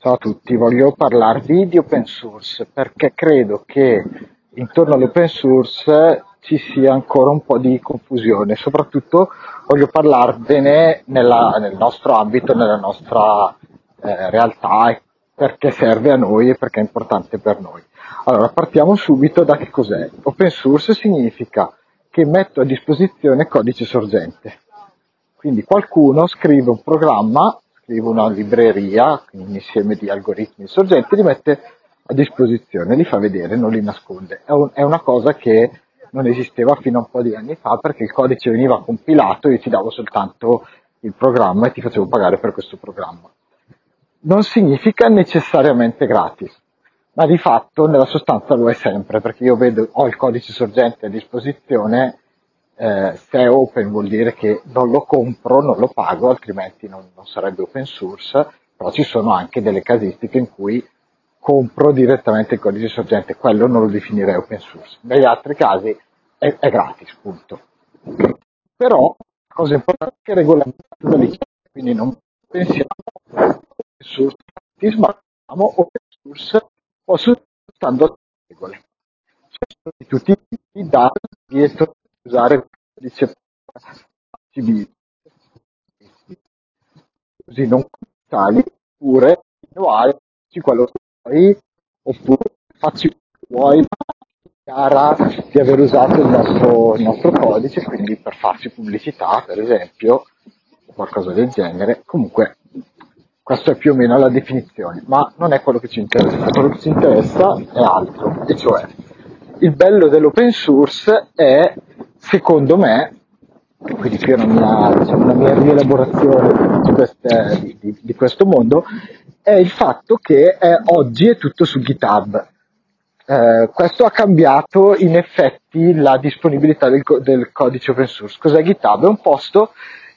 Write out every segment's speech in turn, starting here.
Ciao a tutti, voglio parlarvi di open source perché credo che intorno all'open source ci sia ancora un po' di confusione, soprattutto voglio parlarvene nel nostro ambito, nella nostra realtà, e perché serve a noi e perché è importante per noi. Allora, partiamo subito da che cos'è. Open source significa che metto a disposizione codice sorgente. Quindi qualcuno scrive un programma, scrive una libreria, quindi un insieme di algoritmi sorgenti, li mette a disposizione, li fa vedere, non li nasconde. È una cosa che non esisteva fino a un po' di anni fa perché il codice veniva compilato e io ti davo soltanto il programma e ti facevo pagare per questo programma. Non significa necessariamente gratis, ma di fatto nella sostanza lo è sempre, perché io vedo, ho il codice sorgente a disposizione, se è open vuol dire che non lo compro, non lo pago, altrimenti non sarebbe open source, però ci sono anche delle casistiche in cui compro direttamente il codice sorgente, quello non lo definirei open source. Negli altri casi è gratis, punto. Però la cosa importante è che è regolamentato da licenza, quindi non pensiamo open source gratis, ma pensiamo open source posso stando alle regole. Cioè, di tutti i dati riesco a usare codice civile, così non commerciali, oppure individuali, quello che vuoi, oppure facci quello che vuoi, ma chiara di aver usato il nostro codice, quindi per farci pubblicità, per esempio, o qualcosa del genere. Comunque, questa è più o meno la definizione, ma non è quello che ci interessa. Quello che ci interessa è altro, e cioè il bello dell'open source è, secondo me, quindi qui è una mia rielaborazione di questo mondo, è il fatto che oggi è tutto su GitHub. Questo ha cambiato in effetti la disponibilità del codice open source. Cos'è GitHub? È un posto,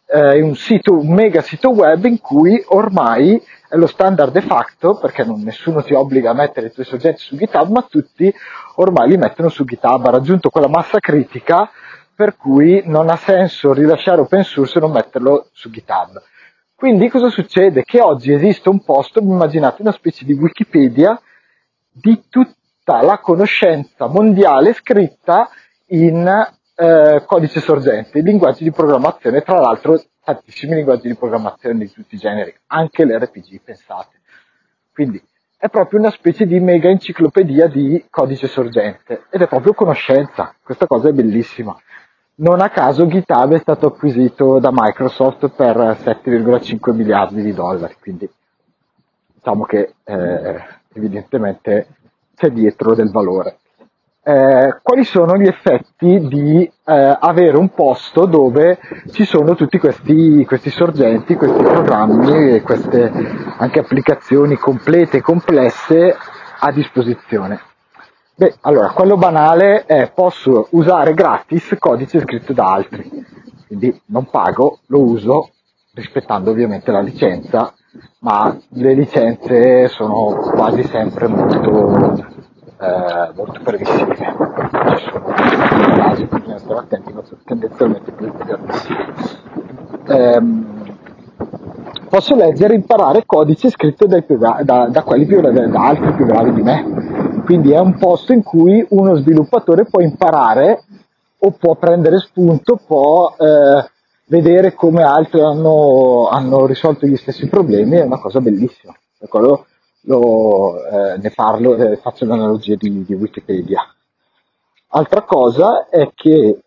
un mega sito web in cui ormai è lo standard de facto, perché nessuno ti obbliga a mettere i tuoi soggetti su GitHub, ma tutti ormai li mettono su GitHub. Ha raggiunto quella massa critica per cui non ha senso rilasciare open source e non metterlo su GitHub. Quindi cosa succede? Che oggi esiste un posto, immaginate una specie di Wikipedia di tutta la conoscenza mondiale scritta in codice sorgente, in linguaggi di programmazione, tra l'altro tantissimi linguaggi di programmazione di tutti i generi, anche l'RPG, pensate. Quindi è proprio una specie di mega enciclopedia di codice sorgente ed è proprio conoscenza, questa cosa è bellissima. Non a caso GitHub è stato acquisito da Microsoft per 7,5 miliardi di dollari, quindi diciamo che evidentemente c'è dietro del valore. Quali sono gli effetti di avere un posto dove ci sono tutti questi sorgenti, questi programmi e queste anche applicazioni complete e complesse a disposizione? Beh, allora, quello banale è posso usare gratis codice scritto da altri, quindi non pago, lo uso rispettando ovviamente la licenza, ma le licenze sono quasi sempre molto permissive. Ci sono casi in cui bisogna stare attenti, ma sono tendenzialmente più permissive. Posso leggere e imparare codice scritto da quelli da altri più bravi di me. Quindi è un posto in cui uno sviluppatore può imparare o può prendere spunto, può vedere come altri hanno risolto gli stessi problemi, è una cosa bellissima. Per quello ne parlo, faccio l'analogia di Wikipedia. Altra cosa è che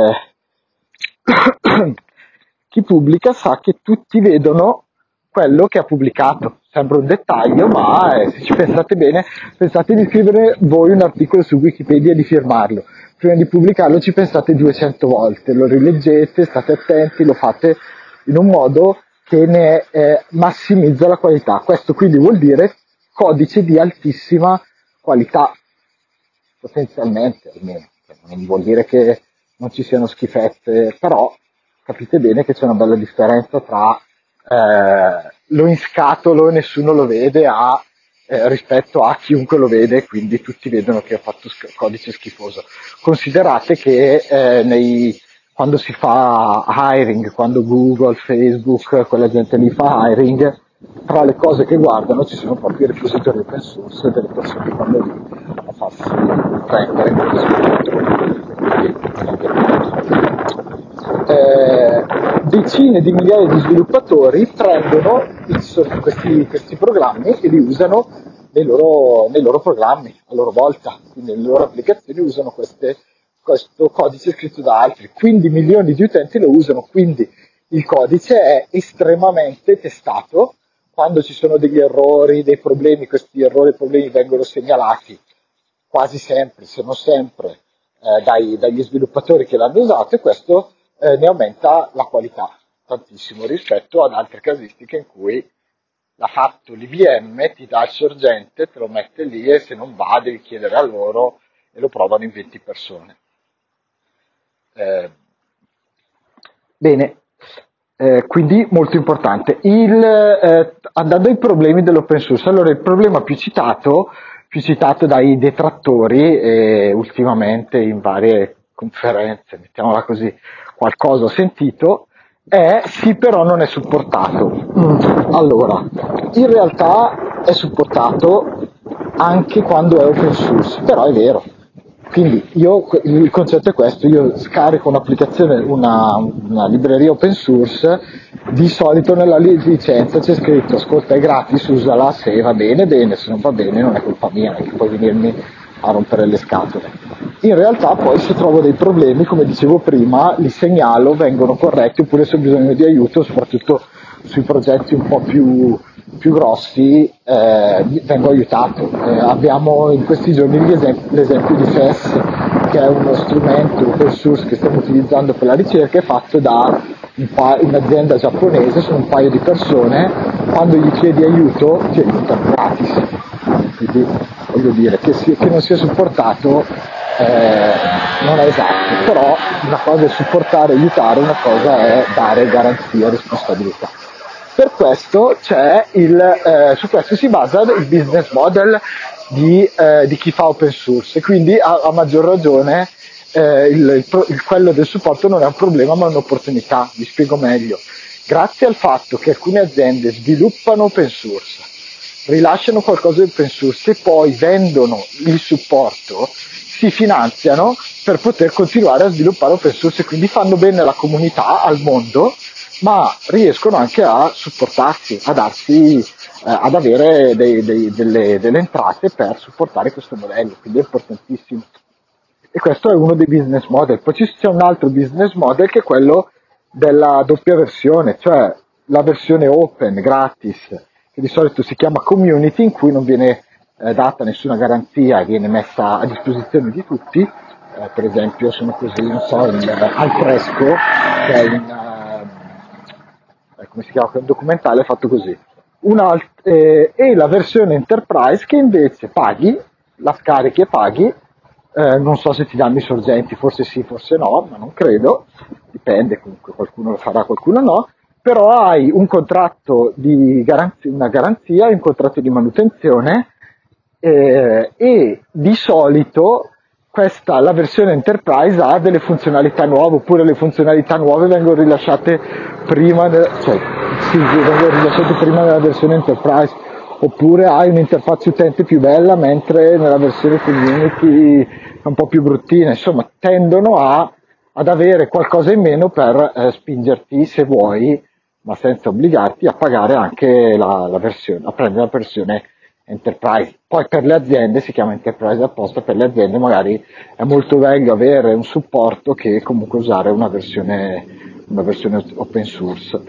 chi pubblica sa che tutti vedono quello che ha pubblicato. Sembra un dettaglio, ma se ci pensate bene, pensate di scrivere voi un articolo su Wikipedia e di firmarlo. Prima di pubblicarlo ci pensate 200 volte, lo rileggete, state attenti, lo fate in un modo che ne massimizza la qualità. Questo quindi vuol dire codice di altissima qualità, potenzialmente almeno. Non vuol dire che non ci siano schifezze, però capite bene che c'è una bella differenza tra lo inscatolo e nessuno lo vede rispetto a chiunque lo vede, quindi tutti vedono che ha fatto codice schifoso. Considerate che quando si fa hiring, quando Google, Facebook, quella gente lì fa hiring, tra le cose che guardano ci sono proprio i repository open source delle persone che vanno lì a farsi prendere come decine di migliaia di sviluppatori prendono questi programmi e li usano nei loro programmi a loro volta, quindi nelle loro applicazioni usano questo codice scritto da altri, quindi milioni di utenti lo usano, quindi il codice è estremamente testato. Quando ci sono degli errori, dei problemi, questi errori e problemi vengono segnalati quasi sempre, se non sempre, dagli sviluppatori che l'hanno usato, e questo ne aumenta la qualità tantissimo rispetto ad altre casistiche in cui l'ha fatto l'IBM, ti dà il sorgente, te lo mette lì e se non va devi chiedere a loro e lo provano in 20 persone. Eh, Bene, quindi molto importante. Andando ai problemi dell'open source, allora il problema più citato dai detrattori ultimamente in varie conferenze, mettiamola così, qualcosa ho sentito, è sì però non è supportato. Allora, in realtà è supportato anche quando è open source, però è vero. Quindi il concetto è questo, io scarico un'applicazione, una libreria open source, di solito nella licenza c'è scritto ascolta è gratis, usala, se va bene bene, se non va bene non è colpa mia, non è che puoi venirmi a rompere le scatole. In realtà poi se trovo dei problemi, come dicevo prima, li segnalo, vengono corretti, oppure se ho bisogno di aiuto, soprattutto sui progetti un po' più grossi, vengo aiutato. Abbiamo in questi giorni l'esempio di FES, che è uno strumento open source che stiamo utilizzando per la ricerca, è fatto da un'azienda giapponese, sono un paio di persone, quando gli chiedi aiuto ti aiutano gratis. Quindi voglio dire che non sia supportato non è esatto, però una cosa è supportare, aiutare, una cosa è dare garanzia e responsabilità. Per questo su questo si basa il business model di chi fa open source, e quindi a maggior ragione quello del supporto non è un problema ma un'opportunità. Vi spiego meglio. Grazie al fatto che alcune aziende sviluppano open source, rilasciano qualcosa di open source e poi vendono il supporto, si finanziano per poter continuare a sviluppare open source, e quindi fanno bene alla comunità, al mondo, ma riescono anche a supportarsi, ad avere delle entrate per supportare questo modello, quindi è importantissimo. E questo è uno dei business model. Poi c'è un altro business model che è quello della doppia versione, cioè la versione open, gratis, che di solito si chiama community, in cui non viene data nessuna garanzia e viene messa a disposizione di tutti. Per esempio sono così, non so, Alfresco, che è come si chiama, un documentario fatto così. E la versione Enterprise che invece paghi, la scarichi e paghi, non so se ti danno i sorgenti, forse sì, forse no, ma non credo, dipende, comunque qualcuno lo farà, qualcuno no, però hai un contratto di garanzia, una garanzia, un contratto di manutenzione, e di solito la versione Enterprise ha delle funzionalità nuove, oppure le funzionalità nuove vengono rilasciate vengono rilasciate prima della versione Enterprise, oppure hai un'interfaccia utente più bella, mentre nella versione Community è un po' più bruttina. Insomma, tendono ad avere qualcosa in meno per spingerti, se vuoi, ma senza obbligarti a pagare anche la versione, a prendere la versione Enterprise. Poi per le aziende si chiama Enterprise apposta, per le aziende magari è molto meglio avere un supporto che comunque usare una versione open source.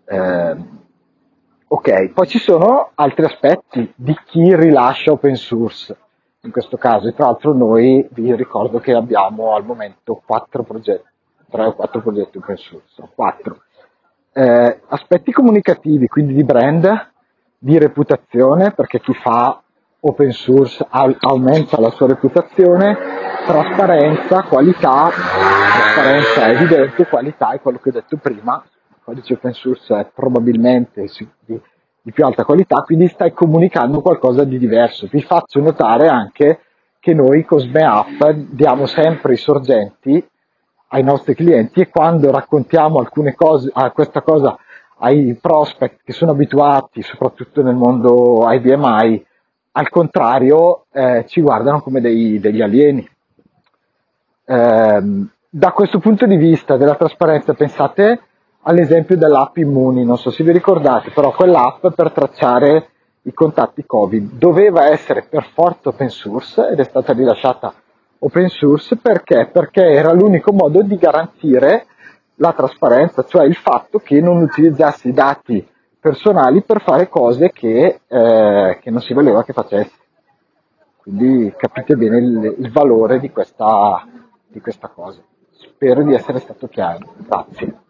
Ok, poi ci sono altri aspetti di chi rilascia open source. In questo caso, e tra l'altro noi vi ricordo che abbiamo al momento 4 progetti, 3 o 4 progetti open source, 4. Aspetti comunicativi, quindi di brand, di reputazione, perché chi fa open source aumenta la sua reputazione, trasparenza, qualità, trasparenza è evidente, qualità è quello che ho detto prima, il codice open source è probabilmente di più alta qualità, quindi stai comunicando qualcosa di diverso. Vi faccio notare anche che noi con SmeApp diamo sempre i sorgenti ai nostri clienti, e quando raccontiamo alcune cose, questa cosa ai prospect che sono abituati, soprattutto nel mondo IBMI, al contrario, ci guardano come degli alieni. Da questo punto di vista della trasparenza, pensate all'esempio dell'app Immuni, non so se vi ricordate, però quell'app per tracciare i contatti Covid doveva essere per forza open source ed è stata rilasciata open source perché? Perché era l'unico modo di garantire la trasparenza, cioè il fatto che non utilizzassi i dati personali per fare cose che non si voleva che facessi. Quindi capite bene il valore di questa cosa. Spero di essere stato chiaro. Grazie.